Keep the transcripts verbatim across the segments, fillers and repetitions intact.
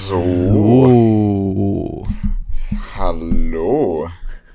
So, So. hallo.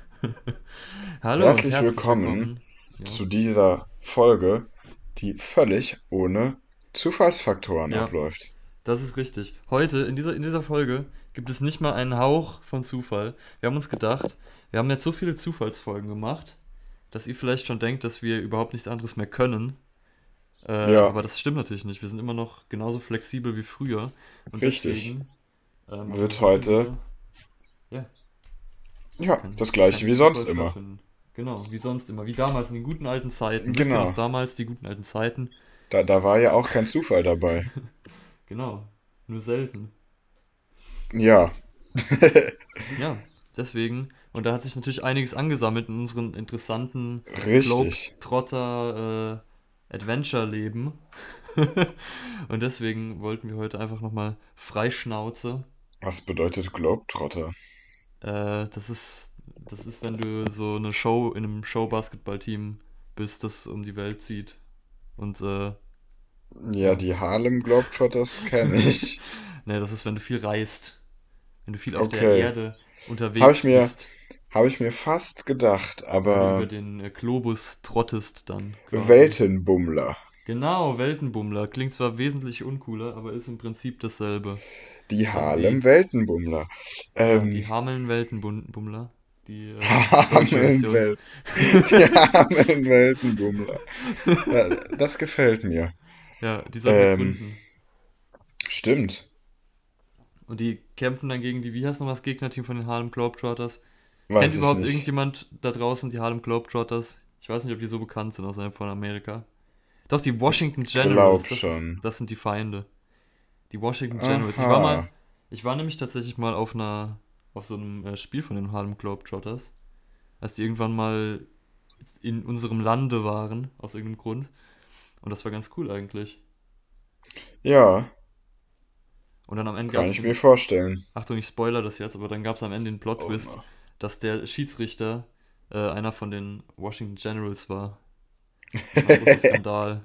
Hallo und Herzlich herzlich willkommen willkommen. Ja, zu dieser Folge, die völlig ohne Zufallsfaktoren ja, abläuft. das ist richtig. Heute, in dieser, in dieser Folge, gibt es nicht mal einen Hauch von Zufall. Wir haben uns gedacht, wir haben jetzt so viele Zufallsfolgen gemacht, dass ihr vielleicht schon denkt, dass wir überhaupt nichts anderes mehr können. Äh, Ja, aber das stimmt natürlich nicht. Wir sind immer noch genauso flexibel wie früher. Und richtig. deswegen ähm, Wird wollten heute, wir, ja, ja, kein, das gleiche kein wie sonst Zufall immer. stattfinden. Genau, wie sonst immer. Wie damals in den guten alten Zeiten. Wisst ihr noch Genau, damals die guten alten Zeiten? da, da war ja auch kein Zufall dabei. Genau, nur selten. Ja, Ja, deswegen. Und da hat sich natürlich einiges angesammelt in unserem interessanten richtig. Globetrotter äh, Adventure-Leben. Und deswegen wollten wir heute einfach nochmal Freischnauze. Was bedeutet Globetrotter? Äh, das ist, das ist, wenn du so eine Show in einem Show-Basketball-Team bist, das um die Welt zieht. Und äh, Ja, ja. die Harlem Globetrotters kenne ich. Ne, das ist, wenn du viel reist. Wenn du viel auf der Okay, Erde habe ich unterwegs mir, bist. habe ich mir fast gedacht, Wenn du über aber den äh, Globus trottest dann quasi. Weltenbummler. Genau, Weltenbummler. Klingt zwar wesentlich uncooler, aber ist im Prinzip dasselbe. Die Also die, Harlem Weltenbummler. ja, Ähm, die Hameln-Weltenbummler. Die äh, deutsche Version. Hameln-Welt. Die Hameln-Weltenbummler. Ja, das gefällt mir. Ja, die sollten wir Ähm, gründen. stimmt. Und die kämpfen dann gegen die, wie heißt noch das Gegnerteam von den Harlem Globetrotters? Kennt Weiß ich überhaupt nicht. irgendjemand da draußen die Harlem Globetrotters? Ich weiß nicht, ob die so bekannt sind außerhalb von Amerika. Doch, die Ich Washington Generals, glaub das ist, schon. das sind die Feinde. Die Washington Generals. Ich war mal, Aha. ich war nämlich tatsächlich mal auf einer, auf so einem äh, Spiel von den Harlem Globetrotters, als die irgendwann mal in unserem Lande waren, aus irgendeinem Grund. Und das war ganz cool eigentlich. Ja, Und dann am Ende gab kann es ich mir den, vorstellen. Achtung, ich spoiler das jetzt, aber dann gab es am Ende den Oh Plot-Twist, no. dass der Schiedsrichter äh, einer von den Washington Generals war. Das war ein großer Skandal.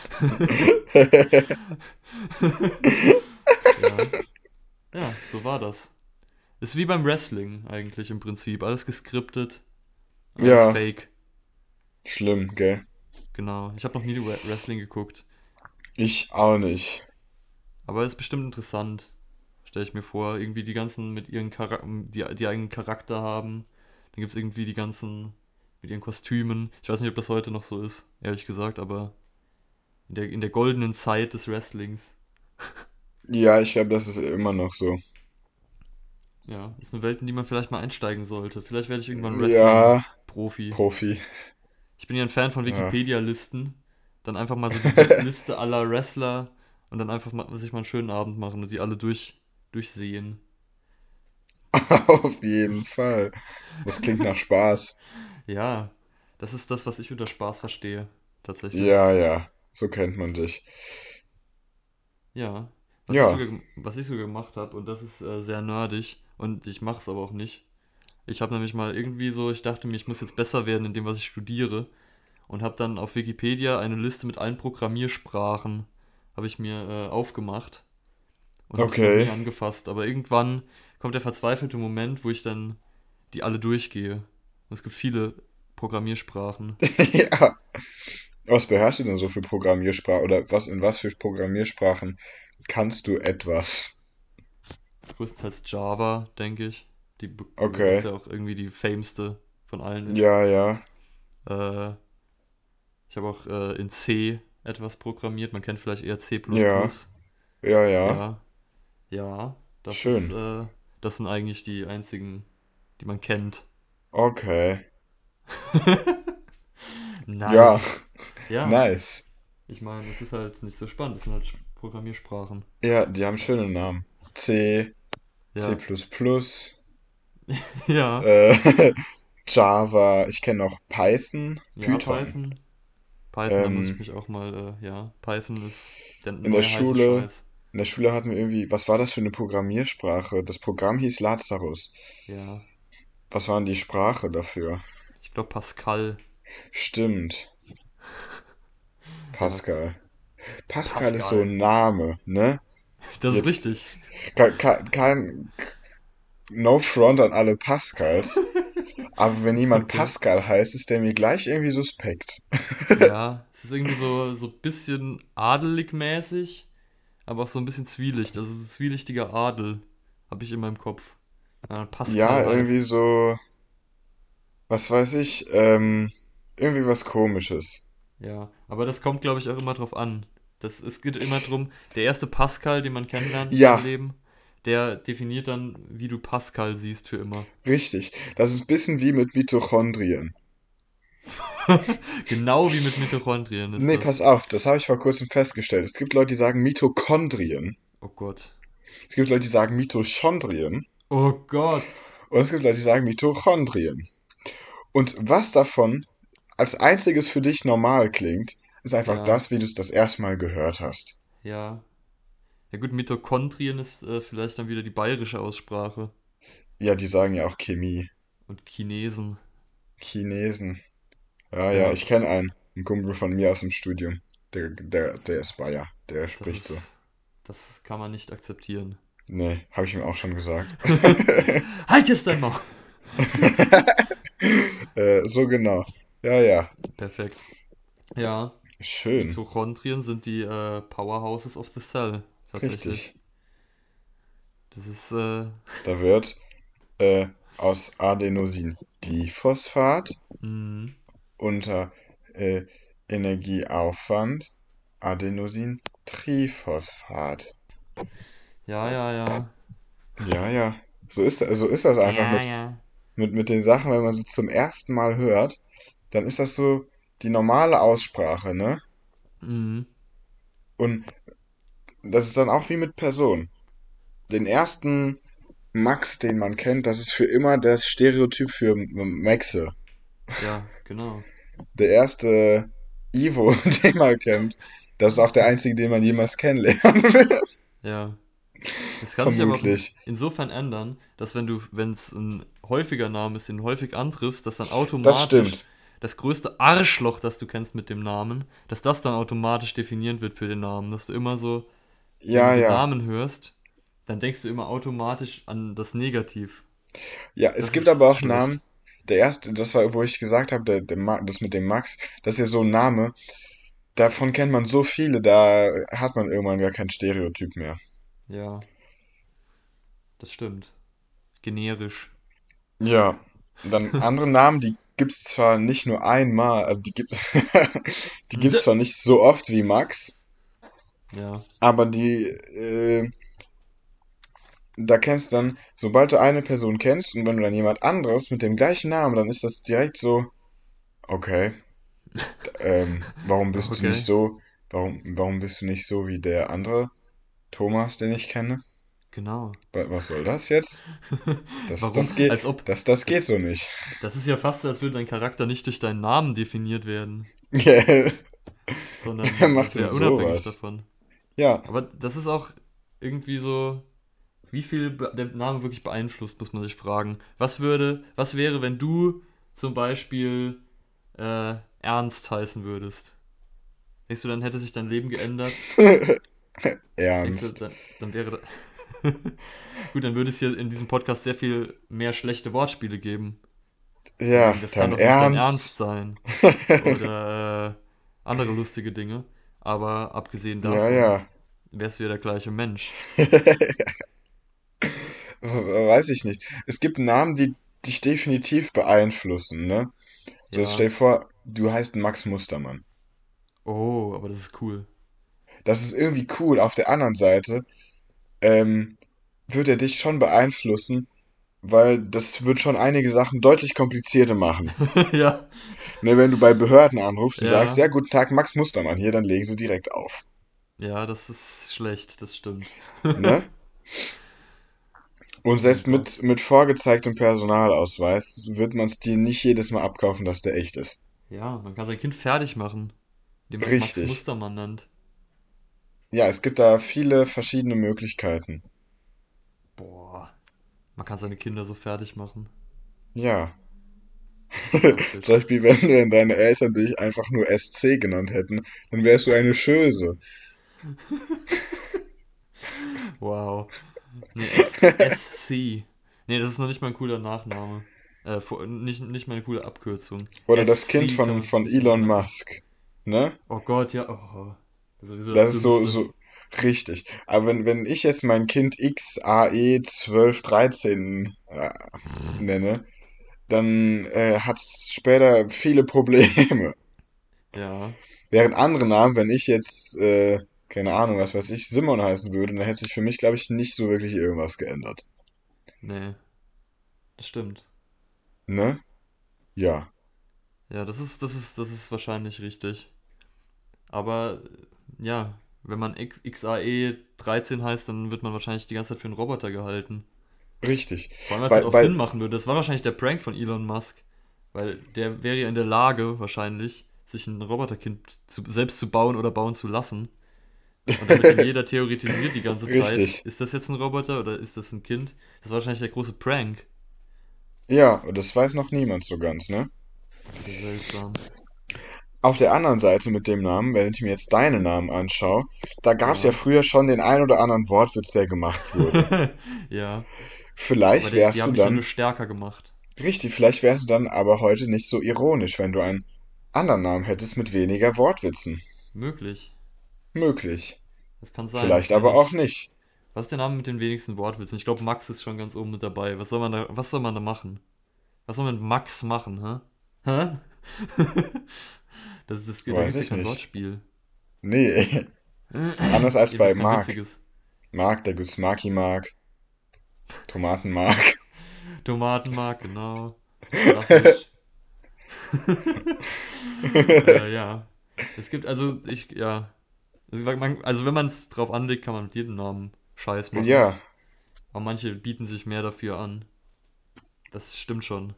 Ja, ja, so war das. Ist wie beim Wrestling eigentlich im Prinzip. Alles geskriptet, alles Ja, fake. schlimm, gell? Genau. Ich habe noch nie Wre- Wrestling geguckt. Ich auch nicht. Aber ist bestimmt interessant. Stelle ich mir vor. Irgendwie die ganzen mit ihren Charak die, die eigenen Charakter haben. Dann gibt es irgendwie die ganzen mit ihren Kostümen. Ich weiß nicht, ob das heute noch so ist, ehrlich gesagt, aber in der, in der goldenen Zeit des Wrestlings. Ja, ich glaube, das ist immer noch so. Ja, ist eine Welt, in die man vielleicht mal einsteigen sollte. Vielleicht werde ich irgendwann Ja, Wrestling-Profi. Profi. Ich bin ja ein Fan von Ja. Wikipedia-Listen. Dann einfach mal so die Li- Liste aller Wrestler und dann einfach mal sich mal einen schönen Abend machen und die alle durch, durchsehen. Auf jeden Fall. Das klingt nach Spaß. Ja, das ist das, was ich unter Spaß verstehe. Tatsächlich. Ja, ja, so kennt man dich. Ja. Was ich Ja, sogar, gem- was ich sogar gemacht habe, und das ist äh, sehr nerdig, und ich mache es aber auch nicht. Ich habe nämlich mal irgendwie so, ich dachte mir, ich muss jetzt besser werden in dem, was ich studiere. Und habe dann auf Wikipedia eine Liste mit allen Programmiersprachen, habe ich mir äh, aufgemacht. Und habe sie noch nie okay. angefasst. Aber irgendwann kommt der verzweifelte Moment, wo ich dann die alle durchgehe. Und es gibt viele Programmiersprachen. Ja. Was beherrschst du denn so für Programmiersprachen oder was in was für Programmiersprachen kannst du etwas? Größtenteils Java, denke ich. Die, be- was Okay. ja auch irgendwie die fameste von allen ist. Ja, ja. Äh, ich habe auch äh, in C etwas programmiert. Man kennt vielleicht eher C++. Ja. Ja, ja. Ja, ja. Das ist, Schön. äh, das sind eigentlich die einzigen, die man kennt. Okay. Ja, Nice. Ja, nice. ich meine, es ist halt nicht so spannend. Es sind halt Programmiersprachen. Ja, die haben schöne Namen. C, C++, Ja, ja, äh, Java, ich kenne noch Python, ja, Python. Python. Python, da muss ich Ähm, mich auch mal, äh, ja, Python ist der in der neue heiße Schule, Scheiß. in der Schule hatten wir irgendwie, was war das für eine Programmiersprache? Das Programm hieß Lazarus. Ja, Was war denn die Sprache dafür? ich glaube Pascal. Stimmt, Ja, Pascal. Pascal ist so Pascal. ein Name, ne? Das ist Jetzt richtig. kein, kein No Front an alle Pascals, aber wenn jemand Okay. Pascal heißt, ist der mir gleich irgendwie suspekt. Ja, es ist irgendwie so, so ein bisschen adelig-mäßig, aber auch so ein bisschen zwielicht. Also so zwielichtiger Adel habe ich in meinem Kopf. Wenn man Ja, Pascal irgendwie heißt. so, was weiß ich, ähm, irgendwie was Komisches. Ja, aber das kommt, glaube ich, auch immer drauf an. Das, es geht immer drum, der erste Pascal, den man kennenlernt in seinem Ja, Leben, der definiert dann, wie du Pascal siehst für immer. richtig. Das ist ein bisschen wie mit Mitochondrien. Genau wie mit Mitochondrien ist Nee, das. pass auf, das habe ich vor kurzem festgestellt. Es gibt Leute, die sagen Mitochondrien. Oh Gott. Es gibt Leute, die sagen Mitochondrien. Oh Gott. Und es gibt Leute, die sagen Mitochondrien. Und was davon als einziges für dich normal klingt, ist einfach Ja, das, wie du es das erste Mal gehört hast. ja. Ja gut, Mitochondrien ist äh, vielleicht dann wieder die bayerische Aussprache. Ja, die sagen ja auch Chemie. Und Chinesen. Chinesen. Ja, ja, Ja, ich kenne einen. Ein Kumpel von mir aus dem Studium. Der, der, der ist Bayer. Der das spricht so. ist. Das kann man nicht akzeptieren. Nee, habe ich ihm auch schon gesagt. Halt jetzt dein Maul! äh, so genau. Ja, ja. Perfekt. Ja, Schön. Mitochondrien sind die äh, Powerhouses of the Cell. Tatsächlich. Richtig. Das ist, äh, Da wird äh, aus Adenosindiphosphat mh, unter äh, Energieaufwand Adenosintriphosphat. ja, ja, ja. Ja, ja. So ist, so ist das einfach Ja, mit, ja. mit, mit den Sachen, wenn man sie zum ersten Mal hört, dann ist das so die normale Aussprache, ne? Mhm. Und das ist dann auch wie mit Personen. Den ersten Max, den man kennt, das ist für immer das Stereotyp für M- Maxe. Ja, genau. Der erste Ivo, den man kennt, das ist auch der einzige, den man jemals kennenlernen wird. Ja. Das kann sich aber auch in, Vermutlich. insofern ändern, dass wenn du, wenn es ein häufiger Name ist, den du häufig antriffst, dass dann Das automatisch stimmt. das größte Arschloch, das du kennst mit dem Namen, dass das dann automatisch definierend wird für den Namen. Dass du immer so, wenn du Ja, den ja. Namen hörst, dann denkst du immer automatisch an das Negativ. Ja, es Das gibt aber ist auch schlecht. Namen. Der erste, das war, wo ich gesagt habe, der, der Ma- das mit dem Max, das ist ja so ein Name, davon kennt man so viele, da hat man irgendwann gar kein Stereotyp mehr. Ja, das stimmt. Generisch. Ja. Und dann andere Namen, die gibt's zwar nicht nur einmal, also die gibt, die gibt's zwar nicht so oft wie Max, Ja, aber die, äh, da kennst du dann, sobald du eine Person kennst und wenn du dann jemand anderes mit dem gleichen Namen, dann ist das direkt so, okay, ähm, warum bist du nicht okay. so, warum, warum bist du nicht so wie der andere Thomas, den ich kenne? Genau. Wa- Was soll das jetzt? Das, Warum? das geht, Als ob. das, das Das, geht so nicht. das ist ja fast so, als würde dein Charakter nicht durch deinen Namen definiert werden, Wer sondern macht das denn wäre unabhängig sowas? davon. Ja, Aber das ist auch irgendwie so, wie viel be- der Name wirklich beeinflusst, muss man sich fragen. Was würde, was wäre, wenn du zum Beispiel äh, Ernst heißen würdest? Denkst du, dann hätte sich dein Leben geändert? Denkst du, ernst. dann, dann wäre da Gut, dann würde es hier in diesem Podcast sehr viel mehr schlechte Wortspiele geben. Von Ja, wegen, das kann dein doch nicht dein Ernst Ernst. sein. Oder äh, andere lustige Dinge. Aber abgesehen Ja, davon ja. wärst du ja der gleiche Mensch. Weiß ich nicht. Es gibt Namen, die dich definitiv beeinflussen, ne? So, jetzt stell Ja. dir vor, du heißt Max Mustermann. Oh, aber das ist cool. Das ist irgendwie cool. Auf der anderen Seite, ähm, wird er dich schon beeinflussen, weil das wird schon einige Sachen deutlich komplizierter machen. Ja. Ne, wenn du bei Behörden anrufst und sagst, Ja. ja, guten Tag, Max Mustermann hier, dann legen sie direkt auf. Ja, das ist schlecht, das stimmt. Ne? Und Oh mein selbst Gott. mit, mit vorgezeigtem Personalausweis wird man es dir nicht jedes Mal abkaufen, dass der echt ist. Ja, man kann sein Kind fertig machen, indem man es Max Richtig. Mustermann nennt. Ja, es gibt da viele verschiedene Möglichkeiten. Boah. Man kann seine Kinder so fertig machen. Ja. Zum Fantastisch. Beispiel, wenn, wenn deine Eltern dich einfach nur S C genannt hätten, dann wärst du eine Schöse. Wow. Nee, S SC. Nee, das ist noch nicht mal ein cooler Nachname. Äh, vor- nicht, nicht mal eine coole Abkürzung. Oder das Kind S C kann von, man sich von nicht mehr Elon lassen. Musk. Ne? Oh Gott, ja. Oh, sowieso das Das ist so, Dümmste. so richtig. Aber wenn, wenn ich jetzt mein Kind X A E zwölf dreizehn äh, nenne, dann äh, hat es später viele Probleme. Ja, Während andere Namen, wenn ich jetzt, äh, keine Ahnung, was weiß ich, Simon heißen würde, dann hätte sich für mich, glaube ich, nicht so wirklich irgendwas geändert. nee, das stimmt. Ne? Ja. Ja, das ist, das ist, das ist wahrscheinlich richtig. Aber ja, wenn man X, X A E dreizehn heißt, dann wird man wahrscheinlich die ganze Zeit für einen Roboter gehalten. Richtig. Vor allem, weil es halt Weil, auch Sinn weil, machen würde. Das war wahrscheinlich der Prank von Elon Musk. Weil der wäre ja in der Lage, wahrscheinlich, sich ein Roboterkind zu, selbst zu bauen oder bauen zu lassen. Und damit dann jeder theoretisiert die ganze Zeit, richtig. ist das jetzt ein Roboter oder ist das ein Kind? Das war wahrscheinlich der große Prank. Ja, und das weiß noch niemand so ganz, ne? Das ist ja seltsam. Auf der anderen Seite mit dem Namen, wenn ich mir jetzt deinen Namen anschaue, da gab es ja Ja. früher schon den ein oder anderen Wortwitz, der gemacht wurde. Ja. Aber Vielleicht die, die wärst haben du mich ja nur dann, stärker gemacht. richtig, vielleicht wärst du dann aber heute nicht so ironisch, wenn du einen anderen Namen hättest mit weniger Wortwitzen. Möglich. Möglich. Das kann sein, Vielleicht wenn aber auch ich. nicht. Was ist der Name mit den wenigsten Wortwitzen? Ich glaube, Max ist schon ganz oben mit dabei. Was soll man da, was soll man da machen? Was soll man mit Max machen, hä? Hä? Das, das, da gibt Weiß es ja ich kein nicht. Wortspiel. Nee, anders als bei Jedenfalls kein Mark. witziges. Mark, der gibt's Marky Mark, Tomatenmark. Tomatenmark, genau. Klassisch. äh, ja. Es gibt, also, ich, ja. Also, man, also wenn man es drauf anlegt, kann man mit jedem Namen Scheiß machen. Ja, Aber manche bieten sich mehr dafür an. Das stimmt schon.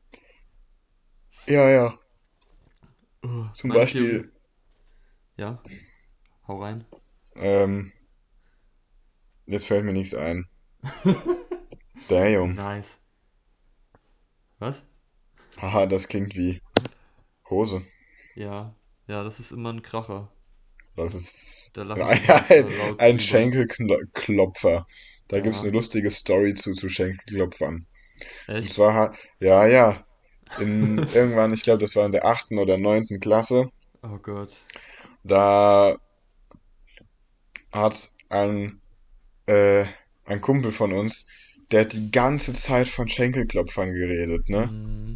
ja, ja. Uh, Zum meine Theorie. Beispiel, Ja, hau rein. ähm, jetzt fällt mir nichts ein. Damn. Nice. Was? Haha, das klingt wie Hose. Ja. Ja, das ist immer ein Kracher. Das ist Da lache ich ein, immer äh, laut ein drüber. Schenkelklopfer. Da gibt's eine Ja. lustige Story zu, zu Schenkelklopfern. Und Echt? zwar, hat- ja, ja, in irgendwann, ich glaube, das war in der achten oder neunten Klasse, Oh Gott. da hat ein, äh, ein Kumpel von uns, der hat die ganze Zeit von Schenkelklopfern geredet, ne? Mm,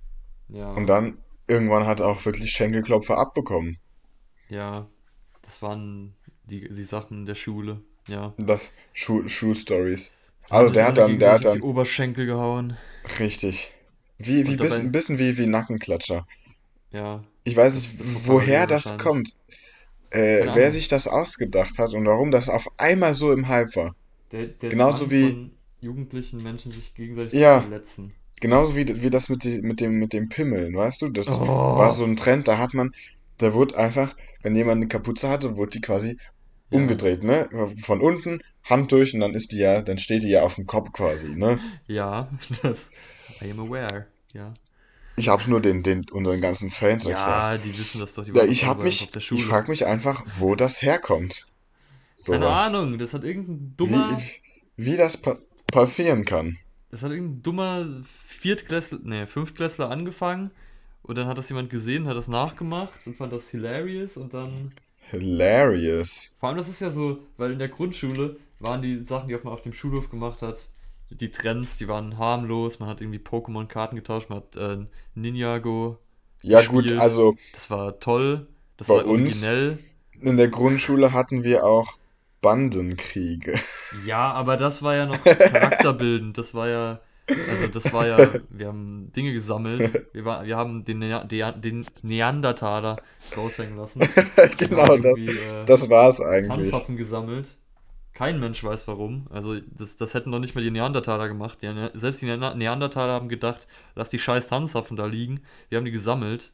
Und ja. dann irgendwann hat er auch wirklich Schenkelklopfer abbekommen. Ja. Das waren die, die Sachen der Schule. Ja. Das Schul Schulstories. Da haben Also die sich der hat alle dann, der gegenseitig hat auf die dann, Oberschenkel gehauen. richtig, wie, wie, Und bisschen, dabei, bisschen wie, wie Nackenklatscher. ja, Ich weiß das, nicht, das war woher parallel das wahrscheinlich. kommt, äh, Keine wer Ahnung. sich das ausgedacht hat und warum das auf einmal so im Hype war. Der, der Genauso Drang wie, von jugendlichen Menschen, sich gegenseitig zu ja, verletzen. Ja. genauso wie, wie das mit, die, mit dem, mit dem Pimmeln, weißt du? Das war so Oh. ein Trend, da hat man, da wurde einfach, wenn jemand eine Kapuze hatte, wurde die quasi Ja. umgedreht, ne? Von unten, Hand durch und dann ist die ja, dann steht die ja auf dem Kopf quasi, ne? Ja. Das. I am aware. Ja. Ich hab's nur den, den, unseren ganzen Fans erklärt. Ja, die wissen das doch. Die Ja, waren doch ich alle hab bei uns auf mich, der ich Schule. frag mich einfach, wo das herkommt. Keine Sowas. Ahnung. Das hat irgendein Wie, dummer. wie das pa passieren kann. Das hat irgendein dummer Viertklässler. Nee, Fünftklässler angefangen. Und dann hat das jemand gesehen, hat das nachgemacht und fand das hilarious. Und dann. Hilarious. Vor allem, das ist ja so, weil in der Grundschule waren die Sachen, die man auf dem Schulhof gemacht hat, die Trends, die waren harmlos. Man hat irgendwie Pokémon-Karten getauscht, man hat äh, Ninjago Ja gut, gespielt. also Das war toll, das bei war uns originell. in der Grundschule hatten wir auch Bandenkriege. Ja, aber das war ja noch charakterbildend. Das war ja, also das war ja, wir haben Dinge gesammelt. Wir, war, wir haben den, Nea- der- den Neandertaler raushängen lassen. Wir haben Genau, das, irgendwie äh, das war's eigentlich. Tanzapfen gesammelt. Kein Mensch weiß warum. Also das, das hätten doch nicht mal die Neandertaler gemacht. Die, Ne- selbst die Ne- Neandertaler haben gedacht, lass die scheiß Tanzapfen da liegen. Wir haben die gesammelt.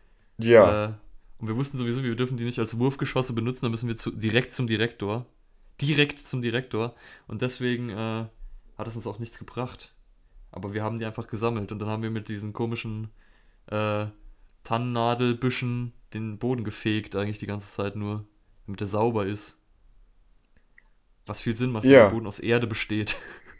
Ja, Äh, und wir wussten sowieso, wir dürfen die nicht als Wurfgeschosse benutzen, da müssen wir zu, direkt zum Direktor. Direkt zum Direktor. Und deswegen äh, hat es uns auch nichts gebracht. Aber wir haben die einfach gesammelt und dann haben wir mit diesen komischen äh, Tannennadelbüschen den Boden gefegt, eigentlich die ganze Zeit nur, damit der sauber ist. Was viel Sinn macht, wenn der Ja. Boden aus Erde besteht.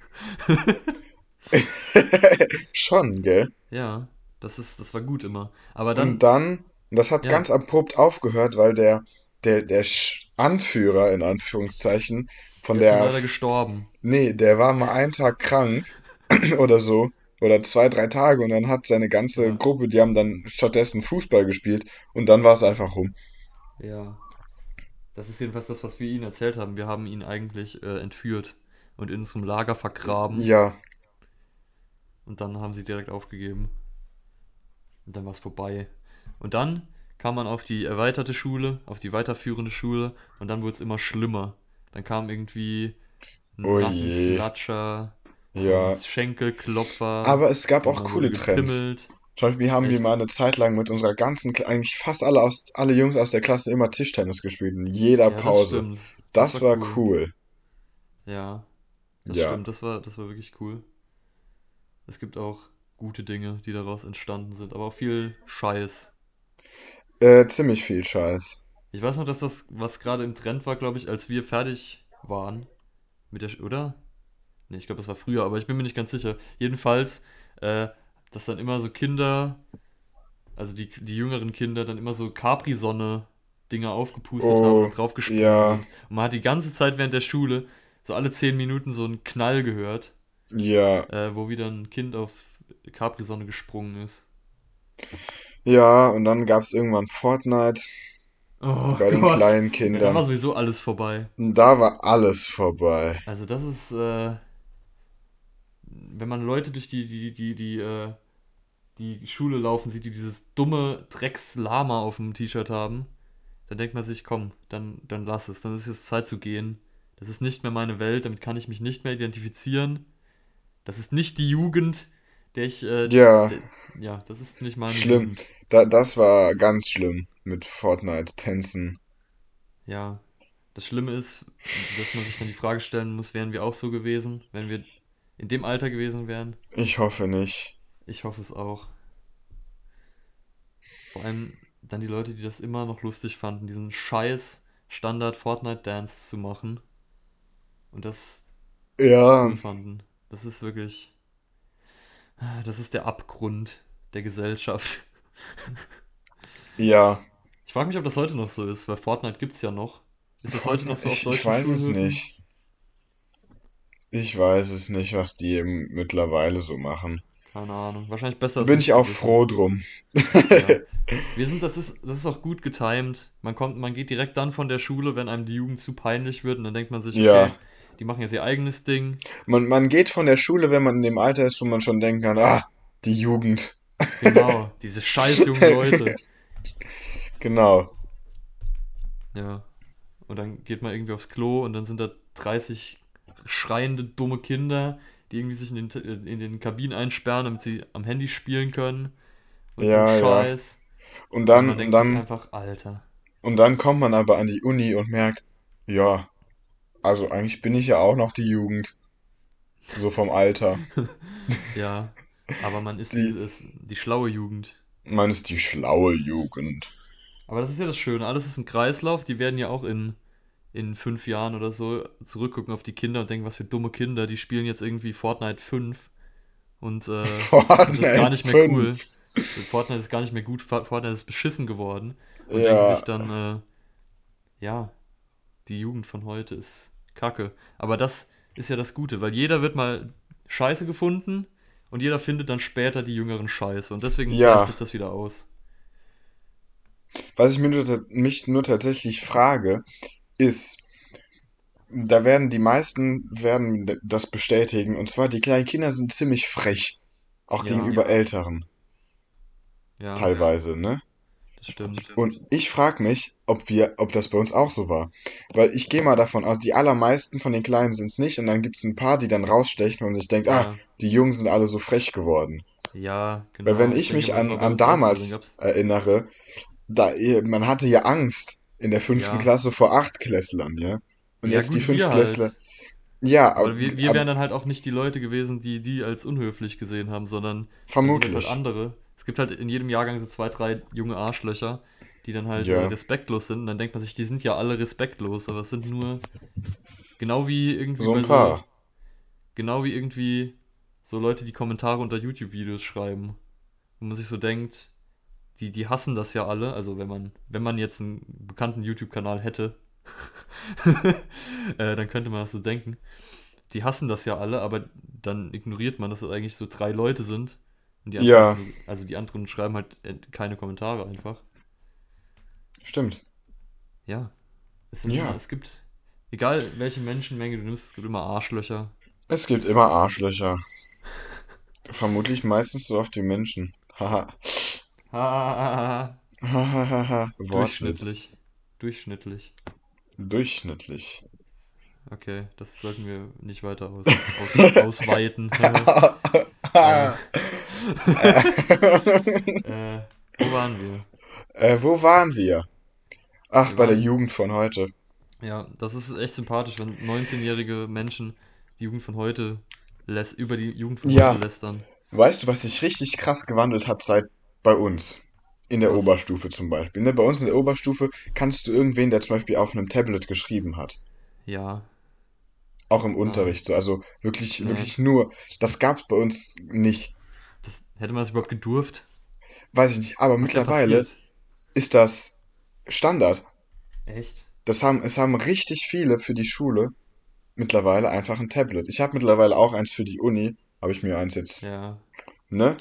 Schon, gell? Ja, das ist, das war gut immer. Aber Und dann, dann, das hat ja, ganz abrupt aufgehört, weil der, der, der Sch- Anführer, in Anführungszeichen, von der ist dann der, leider F- gestorben. nee, der war mal einen Tag krank oder so, oder zwei, drei Tage und dann hat seine ganze Ja, Gruppe, die haben dann stattdessen Fußball gespielt und dann war es einfach rum. ja. Das ist jedenfalls das, was wir ihnen erzählt haben. Wir haben ihn eigentlich äh, entführt und in unserem Lager vergraben. Ja, Und dann haben sie direkt aufgegeben. Und dann war es vorbei. Und dann kam man auf die erweiterte Schule, auf die weiterführende Schule. Und dann wurde es immer schlimmer. Dann kam irgendwie oh je, Nackenklatscher und ja. Schenkelklopfer. Aber es gab Und auch man wurde coole Trends. gepimmelt. Zum Beispiel haben wir Echt? mal eine Zeit lang mit unserer ganzen, Kla- eigentlich fast alle aus, alle Jungs aus der Klasse immer Tischtennis gespielt, in jeder Ja, das Pause. stimmt. Das Das war war cool. cool. Ja, das Ja, stimmt. Das war, das war wirklich cool. Es gibt auch gute Dinge, die daraus entstanden sind, aber auch viel Scheiß. äh, ziemlich viel Scheiß. Ich weiß noch, dass das, was gerade im Trend war, glaube ich, als wir fertig waren mit der, Sch- oder? Ne, ich glaube, das war früher, aber ich bin mir nicht ganz sicher. Jedenfalls, äh, dass dann immer so Kinder, also die, die jüngeren Kinder, dann immer so Capri-Sonne-Dinger aufgepustet haben Oh, und draufgesprungen ja, sind. Und man hat die ganze Zeit während der Schule so alle zehn Minuten so einen Knall gehört, ja, äh, wo wieder ein Kind auf Capri-Sonne gesprungen ist. ja, und dann gab's irgendwann Fortnite Oh bei den Gott. kleinen Ja, da war Kindern. sowieso alles vorbei. Und da war alles vorbei. Also das ist, äh, wenn man Leute durch die, die, die, die, äh, die Schule laufen sieht, die dieses dumme Drecks-Lama auf dem T-Shirt haben, dann denkt man sich, komm, dann, dann lass es, dann ist es Zeit zu gehen. Das ist nicht mehr meine Welt, damit kann ich mich nicht mehr identifizieren. Das ist nicht die Jugend, der ich, äh, Ja, der, ja, das ist nicht meine schlimm. Jugend. Da, das war ganz schlimm mit Fortnite-Tänzen. Ja, das Schlimme ist, dass man sich dann die Frage stellen muss, wären wir auch so gewesen, wenn wir in dem Alter gewesen wären? Ich hoffe nicht. Ich hoffe es auch. Vor allem dann die Leute, die das immer noch lustig fanden, diesen scheiß Standard Fortnite Dance zu machen und das Ja, cool fanden. Das ist wirklich, das ist der Abgrund der Gesellschaft. ja. Ich frage mich, ob das heute noch so ist, weil Fortnite gibt's ja noch. Ist das heute noch Fortnite, so auf ich, ich deutschen weiß es Schulhöfen? nicht. Ich weiß es nicht, was die eben mittlerweile so machen. Keine Ahnung. Wahrscheinlich besser, es Bin nicht ich auch zu wissen. froh drum. Ja. Wir sind, das ist, das ist auch gut getimed. Man kommt, man geht direkt dann von der Schule, wenn einem die Jugend zu peinlich wird und dann denkt man sich, okay, Ja, die machen jetzt ihr eigenes Ding. man, man geht von der Schule, wenn man in dem Alter ist, wo man schon denken kann, ah, die Jugend. Genau, diese scheiß jungen Leute. Genau. Ja. Und dann geht man irgendwie aufs Klo und dann sind da dreißig schreiende, dumme Kinder, die irgendwie sich in den, in den Kabinen einsperren, damit sie am Handy spielen können. Und so ein Ja, ja. Scheiß. Und Und dann, man und denkt sich dann, einfach, Alter. und dann kommt man aber an die Uni und merkt, ja, also eigentlich bin ich ja auch noch die Jugend. So vom Alter. Ja. Aber man ist die, Die, ist die schlaue Jugend. man ist die schlaue Jugend. Aber das ist ja das Schöne. Alles ist ein Kreislauf. Die werden ja auch in, in fünf Jahren oder so zurückgucken auf die Kinder und denken, was für dumme Kinder. Die spielen jetzt irgendwie Fortnite fünf. Und äh, das ist gar Fortnite nicht mehr cool. fünf. Fortnite ist gar nicht mehr gut. Fortnite ist beschissen geworden. Und denken Ja, sich dann, äh, ja, die Jugend von heute ist Kacke. Aber das ist ja das Gute, weil jeder wird mal Scheiße gefunden und jeder findet dann später die jüngeren Scheiße. Und deswegen gleicht ja. sich das wieder aus. Was ich mir nur, mich nur tatsächlich frage, ist, da werden die meisten werden das bestätigen, und zwar die kleinen Kinder sind ziemlich frech, auch Ja, gegenüber Älteren, ja, teilweise, ne? das stimmt. Und ich frage mich, ob wir, ob das bei uns auch so war. Weil ich gehe mal davon aus, die allermeisten von den Kleinen sind es nicht, und dann gibt es ein paar, die dann rausstechen und sich denkt, ah, Ja, die Jungen sind alle so frech geworden. ja, Weil wenn genau. Ich ich denke mich mal, das an, war bei an uns auch so. Dann damals gab's. erinnere, da, man hatte ja Angst in der fünften Ja. Klasse vor Achtklässlern, ja. Und Ja, jetzt die gut, wir Fünftklässler, halt. ja, ab, Aber wir, wir ab, wären dann halt auch nicht die Leute gewesen, die die als unhöflich gesehen haben, sondern dann sind das halt vermutlich. andere. Es gibt halt in jedem Jahrgang so zwei, drei junge Arschlöcher, die dann halt äh, Ja, respektlos sind. Und dann denkt man sich, die sind ja alle respektlos, aber es sind nur Genau wie irgendwie So ein bei so, paar. genau wie irgendwie so Leute, die Kommentare unter YouTube-Videos schreiben. Wo man sich so denkt, die, die hassen das ja alle. Also wenn man, wenn man jetzt einen bekannten YouTube-Kanal hätte, äh, dann könnte man das so denken. Die hassen das ja alle, aber dann ignoriert man, dass es eigentlich so drei Leute sind. Und die anderen, Ja, igno- also die anderen schreiben halt äh, keine Kommentare einfach. stimmt. Ja, es sind immer, Ja. es gibt, egal welche Menschenmenge du nimmst, es gibt immer Arschlöcher. Es gibt immer Arschlöcher. Vermutlich meistens so oft wie Menschen. Haha. Ha, Hahaha. Wortwitz. durchschnittlich. Durchschnittlich. Durchschnittlich. Okay, das sollten wir nicht weiter aus, aus, ausweiten. äh, äh, wo waren wir? äh, wo waren wir? Ach, Wir bei der waren, Jugend von heute. ja, das ist echt sympathisch, wenn neunzehnjährige Menschen die Jugend von heute läs über die Jugend von heute Ja, lästern. weißt du, was sich richtig krass gewandelt hat seit bei uns? In der Was? Oberstufe zum Beispiel. Ne? Bei uns in der Oberstufe kannst du irgendwen, der zum Beispiel auf einem Tablet geschrieben hat. Ja, Auch im nein, Unterricht so. Also wirklich, nee. wirklich nur. Das gab es bei uns nicht. Das, hätte man das überhaupt gedurft? Weiß ich nicht. Aber Was wäre mittlerweile passiert? ist das Standard. Echt? Das haben, es haben richtig viele für die Schule mittlerweile einfach ein Tablet. Ich habe mittlerweile auch eins für die Uni. Habe ich mir eins jetzt, Ja, ne?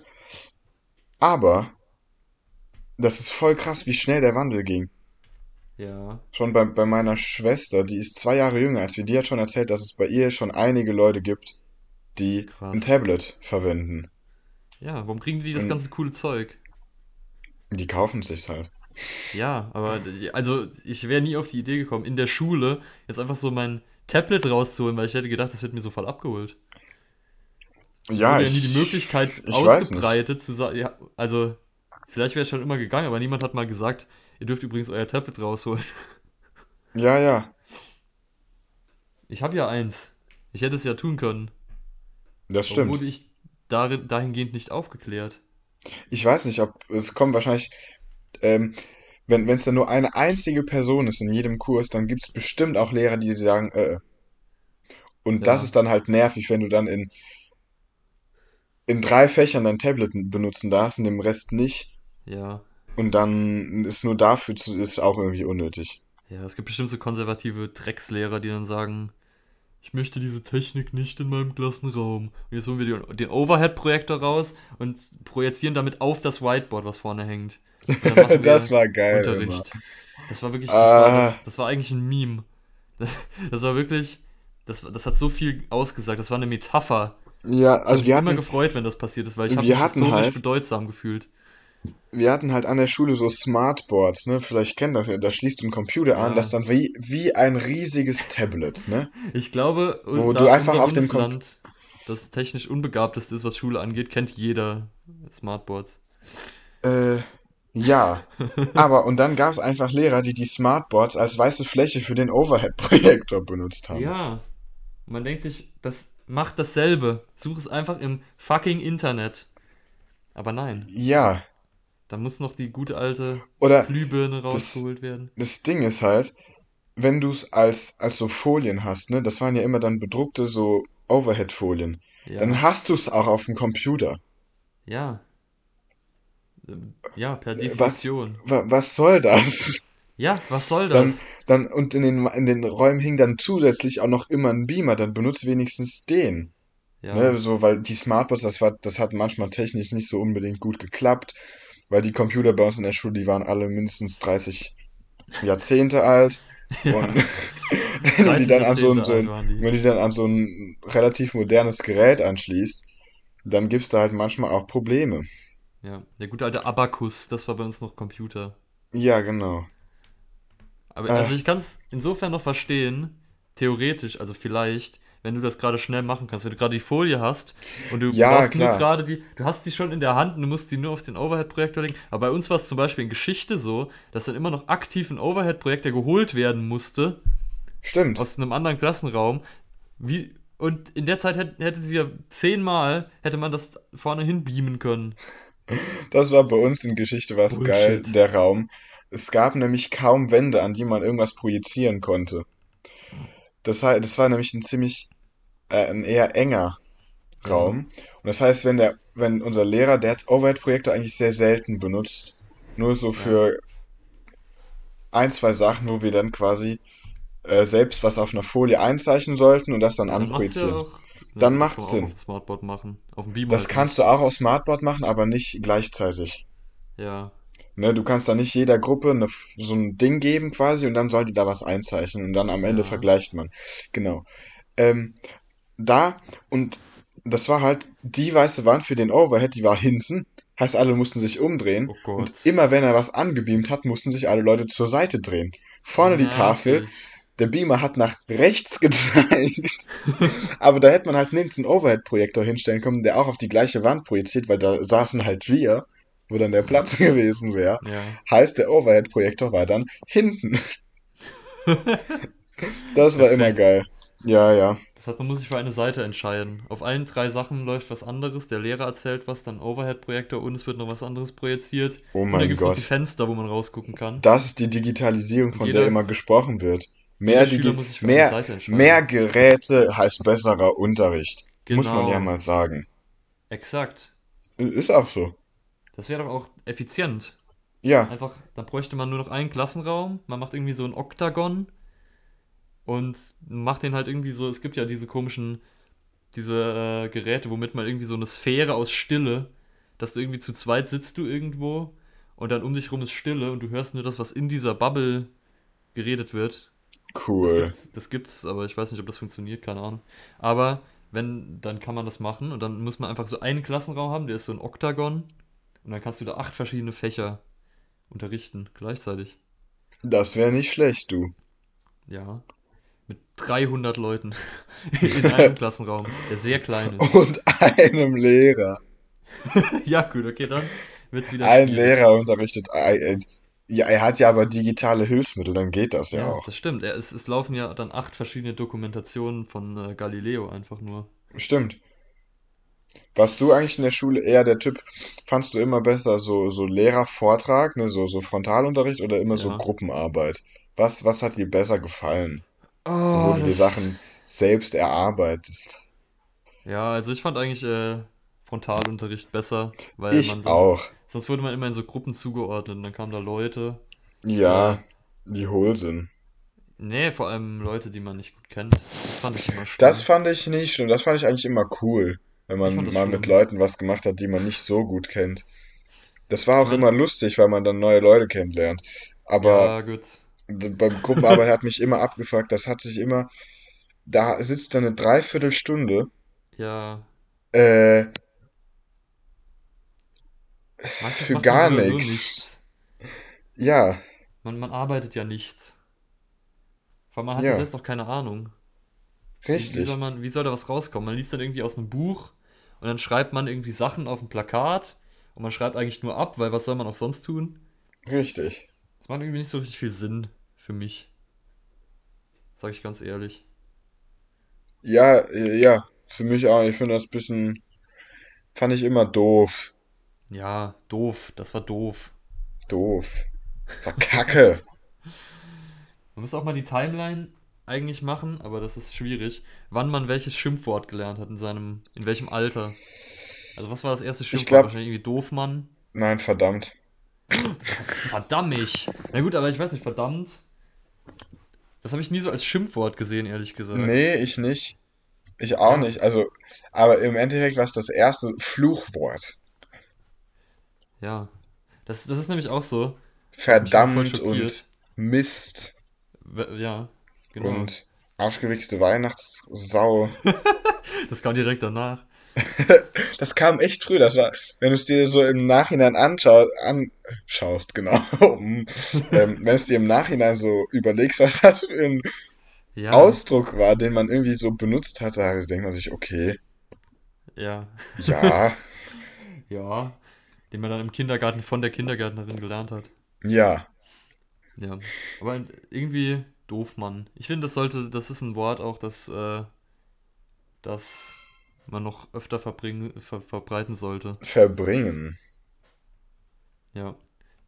Aber das ist voll krass, wie schnell der Wandel ging. ja, Schon bei, bei meiner Schwester, die ist zwei Jahre jünger als wir, die hat schon erzählt, dass es bei ihr schon einige Leute gibt, die ein krass. Tablet verwenden. Ja, warum kriegen die das Und ganze coole Zeug? die kaufen sich's halt. Ja, aber also ich wäre nie auf die Idee gekommen, in der Schule jetzt einfach so mein Tablet rauszuholen, weil ich hätte gedacht, das wird mir sofort abgeholt. Es Ja, wurde ja nie die ich, Möglichkeit ich weiß nicht. ausgebreitet zu sagen, ja, also vielleicht wäre es schon immer gegangen, aber niemand hat mal gesagt, ihr dürft übrigens euer Tablet rausholen. Ja, ja, Ich habe ja eins. Ich hätte es ja tun können. das Warum stimmt. wurde ich darin, dahingehend nicht aufgeklärt? Ich weiß nicht, ob es kommt wahrscheinlich, ähm, wenn wenn es dann nur eine einzige Person ist in jedem Kurs, dann gibt es bestimmt auch Lehrer, die sagen, äh. äh. Und das Ja, ist dann halt nervig, wenn du dann in, in drei Fächern dein Tablet benutzen darfst und dem Rest nicht. ja. Und dann ist nur dafür zu, ist auch irgendwie unnötig. Ja, es gibt bestimmt so konservative Dreckslehrer, die dann sagen, ich möchte diese Technik nicht in meinem Klassenraum. Und jetzt holen wir den, den Overhead-Projektor raus und projizieren damit auf das Whiteboard, was vorne hängt. Und dann machen Das wir war geil immer. Unterricht. Das war wirklich, das war, Ah, das, das war eigentlich ein Meme. Das, das war wirklich, das, das hat so viel ausgesagt. Das war eine Metapher. ja, Ich habe also mich wir immer hatten, gefreut, wenn das passiert ist, weil ich habe wir mich hatten historisch halt, bedeutsam gefühlt. wir hatten halt an der Schule so Smartboards, ne? Vielleicht kennt das ja. Da schließt du einen Computer an, das ist Ja, dann wie, wie ein riesiges Tablet, ne? ich glaube, Wo und du da einfach unser auf dem Computer. Bundesland das technisch unbegabteste ist, was Schule angeht, kennt jeder Smartboards. Äh, ja. Aber, und dann gab es einfach Lehrer, die die Smartboards als weiße Fläche für den Overhead-Projektor benutzt haben. Ja, und man denkt sich, das macht dasselbe. Such es einfach im fucking Internet. Aber nein, Ja. da muss noch die gute alte Oder Glühbirne das, rausgeholt werden. das Ding ist halt, wenn du es als, als so Folien hast, ne? Das waren ja immer dann bedruckte so Overhead-Folien. Dann Ja, hast du es auch auf dem Computer. ja, ähm, ja, per Was, Definition. wa, was soll das? Ja, was soll Dann, das? dann, und in den, in den Räumen hing dann zusätzlich auch noch immer ein Beamer, dann benutzt wenigstens den. Ne, Ja, so, weil die Smartboards, das war, das hat manchmal technisch nicht so unbedingt gut geklappt, weil die Computer bei uns in der Schule, die waren alle mindestens dreißig Jahrzehnte alt. Und ja, wenn du die dreißig dann an so ein, Jahrzehnte so alt ein, waren die. wenn du die dann an so ein relativ modernes Gerät anschließt, dann gibt's da halt manchmal auch Probleme. Ja, der gute alte Abakus, das war bei uns noch Computer. Ja, genau. Aber Äh, also ich kann es insofern noch verstehen, theoretisch, also vielleicht, wenn du das gerade schnell machen kannst, wenn du gerade die Folie hast und du ja, brauchst nur klar. gerade die, du hast die schon in der Hand und du musst die nur auf den Overhead-Projektor legen. Aber bei uns war es zum Beispiel in Geschichte so, dass dann immer noch aktiv ein Overhead-Projektor geholt werden musste Stimmt. aus einem anderen Klassenraum. Wie, und in der Zeit hätte, hätte sie ja zehnmal, hätte man das vorne hin beamen können. Das war bei uns in Geschichte was geil, Bullshit. der Raum. Es gab nämlich kaum Wände, an die man irgendwas projizieren konnte. Das, hei- das war nämlich ein ziemlich, äh, ein eher enger Ja, Raum. Und das heißt, wenn der, wenn unser Lehrer, der hat Overhead-Projektor eigentlich sehr selten benutzt. Nur so ja. für ein, zwei Sachen, wo wir dann quasi äh, selbst was auf einer Folie einzeichnen sollten und das dann Ja, dann macht's ja anprojizieren. auch, Dann ne, das kann macht's man auch auf Sinn. dem Smartboard machen. Auf dem Beamer Das halt kannst nicht. du auch auf Smartboard machen, aber nicht gleichzeitig. Ja, Ne, du kannst da nicht jeder Gruppe eine, so ein Ding geben quasi und dann soll die da was einzeichnen und dann am Ende ja. vergleicht man. Genau. Ähm, da und das war halt die weiße Wand für den Overhead, die war hinten. Heißt, alle mussten sich umdrehen Oh und Gott. immer wenn er was angebeamt hat, mussten sich alle Leute zur Seite drehen. Wie Vorne die Tafel, nervig. der Beamer hat nach rechts gezeigt, aber da hätte man halt nirgends einen Overhead-Projektor hinstellen können, der auch auf die gleiche Wand projiziert, weil da saßen halt wir, wo dann der Platz gewesen wäre. Ja. Heißt, der Overhead-Projektor war dann hinten. Das war immer Perfekt. geil. Ja, ja. Das heißt, man muss sich für eine Seite entscheiden. Auf allen drei Sachen läuft was anderes. Der Lehrer erzählt was, dann Overhead-Projektor und es wird noch was anderes projiziert. Oh Und dann mein gibt es noch die Gott. Fenster, wo man rausgucken kann. Das ist die Digitalisierung, Und von der jeder, immer gesprochen wird. jeder Mehr, Schüler Digi muss sich für eine mehr, Seite mehr entscheiden. Geräte heißt besserer Unterricht. Muss man ja Genau. mal sagen. Exakt. Ist auch so. Das wäre doch auch effizient. Ja, Einfach, dann bräuchte man nur noch einen Klassenraum. Man macht irgendwie so ein Oktagon und macht den halt irgendwie so. Es gibt ja diese komischen, diese äh, Geräte, womit man irgendwie so eine Sphäre aus Stille, dass du irgendwie zu zweit sitzt du irgendwo und dann um dich rum ist Stille und du hörst nur das, was in dieser Bubble geredet wird. Das cool. gibt's, das gibt's, aber ich weiß nicht, ob das funktioniert, keine Ahnung. Aber wenn, dann kann man das machen und dann muss man einfach so einen Klassenraum haben, der ist so ein Oktagon und dann kannst du da acht verschiedene Fächer unterrichten gleichzeitig. Das wäre nicht schlecht, du. Ja, mit dreihundert Leuten in einem Klassenraum, der sehr klein ist. Und einem Lehrer. Ja, gut, okay, dann wird's wieder Ein schwierig. Lehrer unterrichtet. ein- Ja, er hat ja aber digitale Hilfsmittel, dann geht das ja Ja, auch. das stimmt. Er, es, es laufen ja dann acht verschiedene Dokumentationen von äh, Galileo einfach nur. Stimmt. Warst du eigentlich in der Schule eher der Typ, fandst du immer besser so, so Lehrervortrag, ne, so, so Frontalunterricht oder immer so Ja. Gruppenarbeit? Was, was hat dir besser gefallen? So, wo Oh, du dir das. Sachen selbst erarbeitest. Ja, also ich fand eigentlich äh, Frontalunterricht besser, weil man Ich sonst. auch. Sonst wurde man immer in so Gruppen zugeordnet und dann kamen da Leute. Äh, Ja, die Hohlsinn. nee, vor allem Leute, die man nicht gut kennt. Das fand ich immer Das schlimm. fand ich nicht schlimm. Das fand ich eigentlich immer cool, wenn Ich fand man das mal mit schlimm. Leuten was gemacht hat, die man nicht so gut kennt. Das war Ich auch immer meine, lustig, weil man dann neue Leute kennenlernt. Aber ja, gut. d- beim Gruppenarbeit hat mich immer abgefuckt. Das hat sich immer, da sitzt dann eine Dreiviertelstunde Ja, äh, meistens für macht man gar sowieso nichts. nichts. Ja, Man, man arbeitet ja nichts. Vor allem man hat ja ja, selbst auch keine Ahnung. Wie, wie soll richtig, man, wie soll da was rauskommen? Man liest dann irgendwie aus einem Buch und dann schreibt man irgendwie Sachen auf ein Plakat und man schreibt eigentlich nur ab, weil was soll man auch sonst tun? richtig. Das macht irgendwie nicht so richtig viel Sinn für mich, sag ich ganz ehrlich. Ja, äh, ja, für mich auch. Ich finde das ein bisschen, fand ich immer doof. Ja, doof, das war doof. Doof. Das war Kacke. Man muss auch mal die Timeline eigentlich machen, aber das ist schwierig, wann man welches Schimpfwort gelernt hat in seinem, in welchem Alter. Also was war das erste Ich Schimpfwort? glaube, Wahrscheinlich irgendwie Doofmann. nein, verdammt. Verdammt. Na gut, aber ich weiß nicht, verdammt. Das habe ich nie so als Schimpfwort gesehen, ehrlich gesagt. Nee, ich nicht. Ich auch Ja, nicht. Also, aber im Endeffekt war es das erste Fluchwort. ja. Das, das ist nämlich auch so, was mich immer voll Verdammt und schockiert. Mist We- Ja, genau. und aufgewichste Weihnachtssau. Das kam direkt danach. Das kam echt früh. Das war, wenn du es dir so im Nachhinein anschau anschaust, genau. ähm, wenn es dir im Nachhinein so überlegst, was das für ein Ja, Ausdruck war, den man irgendwie so benutzt hat, da denkt man sich, okay, ja, ja, ja. Den man dann im Kindergarten von der Kindergärtnerin gelernt hat. ja, Ja. Aber irgendwie doof, Mann. Ich finde, das sollte, das ist ein Wort auch, das, äh, das man noch öfter verbringen, ver, verbreiten sollte. verbringen. Ja.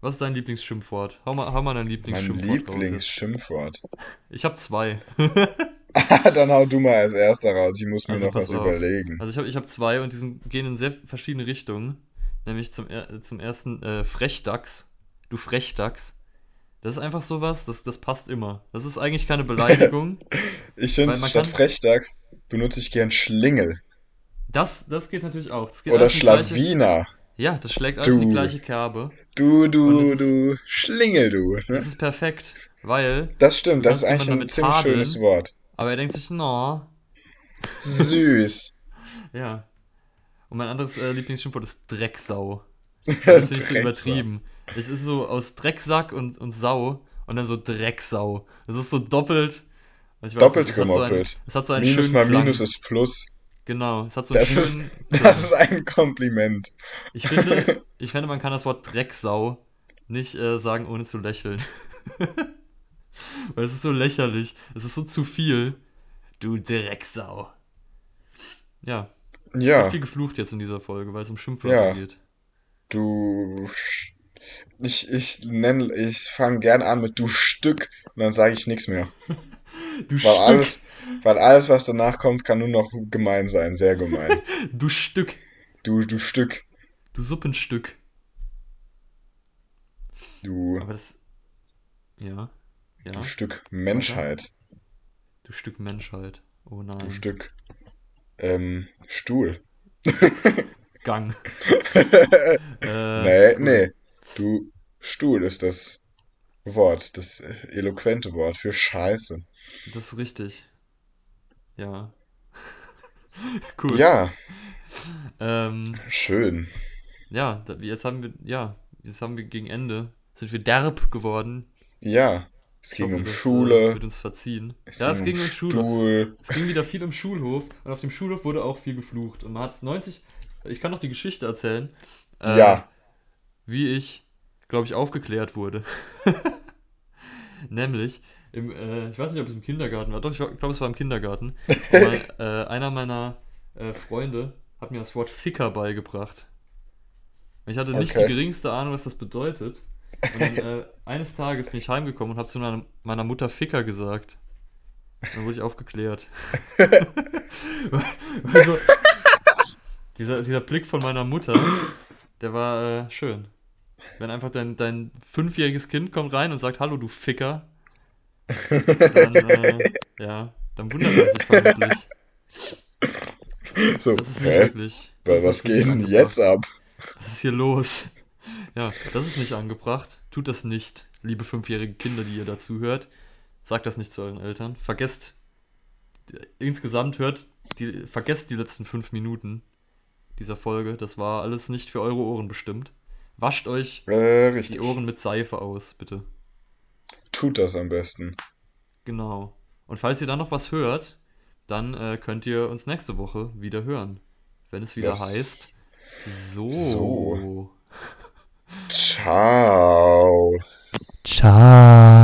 Was ist dein Lieblingsschimpfwort? Hau mal, hau mal dein Mein Lieblingsschimpfwort raus jetzt. Lieblingsschimpfwort. Ich habe zwei. Dann hau du mal als erster raus. Ich muss mir Also noch was pass auf. überlegen. Also ich habe ich hab zwei und die sind, gehen in sehr verschiedene Richtungen. Nämlich zum, er- zum ersten äh, Frechdachs. Du Frechdachs. Das ist einfach sowas, das, das passt immer. Das ist eigentlich keine Beleidigung, Ich finde, weil man statt kann. Frechdachs benutze ich gern Schlingel. Das, das geht natürlich auch. Das geht Oder alles in die gleiche. Schlawiner. Ja, das schlägt alles in die Du, gleiche Kerbe. du, Und es du, ist, du, Schlingel, du. das Ne? ist perfekt, weil Das du stimmt, das ist kannst eigentlich jemanden ein damit ziemlich schönes tadeln, Wort. aber er denkt sich, no, Süß. ja. Und mein anderes äh, Lieblingsschimpfwort ist Drecksau. Und das finde ich so Drecksau. übertrieben. Es ist so aus Drecksack und, und Sau und dann so Drecksau. Das ist so doppelt. Ich weiß nicht, Doppelt es hat so einen, gemoppelt. es hat so einen Minus schönen mal Klang. Minus ist Plus. Genau, es hat so einen Das ist, schönen das Klang. ist ein Kompliment. Ich finde, ich finde, man kann das Wort Drecksau nicht äh, sagen, ohne zu lächeln. Weil es ist so lächerlich. Es ist so zu viel. Du Drecksau. Ja, es wird Ja, viel geflucht jetzt in dieser Folge, weil es um Schimpfwörter ja. geht. Du. Sch- Ich, ich nenne, ich fange gern an mit du Stück und dann sage ich nichts mehr. Du Weil Stück. alles, weil alles, was danach kommt, kann nur noch gemein sein. Sehr gemein. Du Stück. Du, du Stück. Du Suppenstück. Du, Aber das. Ja. du Ja. Stück Weiter. Menschheit. Du Stück Menschheit. Oh Du nein. Stück, ähm, Stuhl. Gang. Äh, Nee, cool. nee. Du Stuhl ist das Wort, das äh, eloquente Wort für Scheiße. Das ist richtig. Ja. Cool. Ja, Ähm, schön. ja, da, jetzt haben wir, ja, jetzt haben wir gegen Ende, sind wir derb geworden. Ja, es Ich ging hoffe, um das äh, wird Schule, uns verziehen. es Ja, ging es um ging um Schule. Stuhl. Es ging wieder viel um Schulhof und auf dem Schulhof wurde auch viel geflucht. Und man hat neunzig, ich kann noch die Geschichte erzählen, äh, Ja, wie ich, glaube ich, aufgeklärt wurde. Nämlich, im, äh, ich weiß nicht, ob es im Kindergarten war, doch, ich glaube, es war im Kindergarten. Und mein, äh, einer meiner äh, Freunde hat mir das Wort Ficker beigebracht. Ich hatte nicht die okay. geringste Ahnung, was das bedeutet. Und dann, äh, eines Tages bin ich heimgekommen und habe zu meiner, meiner Mutter Ficker gesagt. Und dann wurde ich aufgeklärt. Also, dieser, dieser Blick von meiner Mutter, der war äh, schön. Wenn einfach dein, dein fünfjähriges Kind kommt rein und sagt, hallo du Ficker, dann, äh, ja, dann wundert man sich vermutlich. So, Das ist nicht hä? wirklich, das Wa- ist Was nicht wirklich geht denn jetzt angebracht. ab? Was ist hier los? Ja, das ist nicht angebracht. Tut das nicht, liebe fünfjährige Kinder, die ihr dazu hört. Sagt das nicht zu euren Eltern. Vergesst, insgesamt hört, die, vergesst die letzten fünf Minuten dieser Folge. Das war alles nicht für eure Ohren bestimmt. Wascht euch Äh, die richtig. Ohren mit Seife aus, bitte. Tut das am besten. Genau. Und falls ihr dann noch was hört, dann äh, könnt ihr uns nächste Woche wieder hören. Wenn es wieder Das. heißt, So. so. Ciao. Ciao.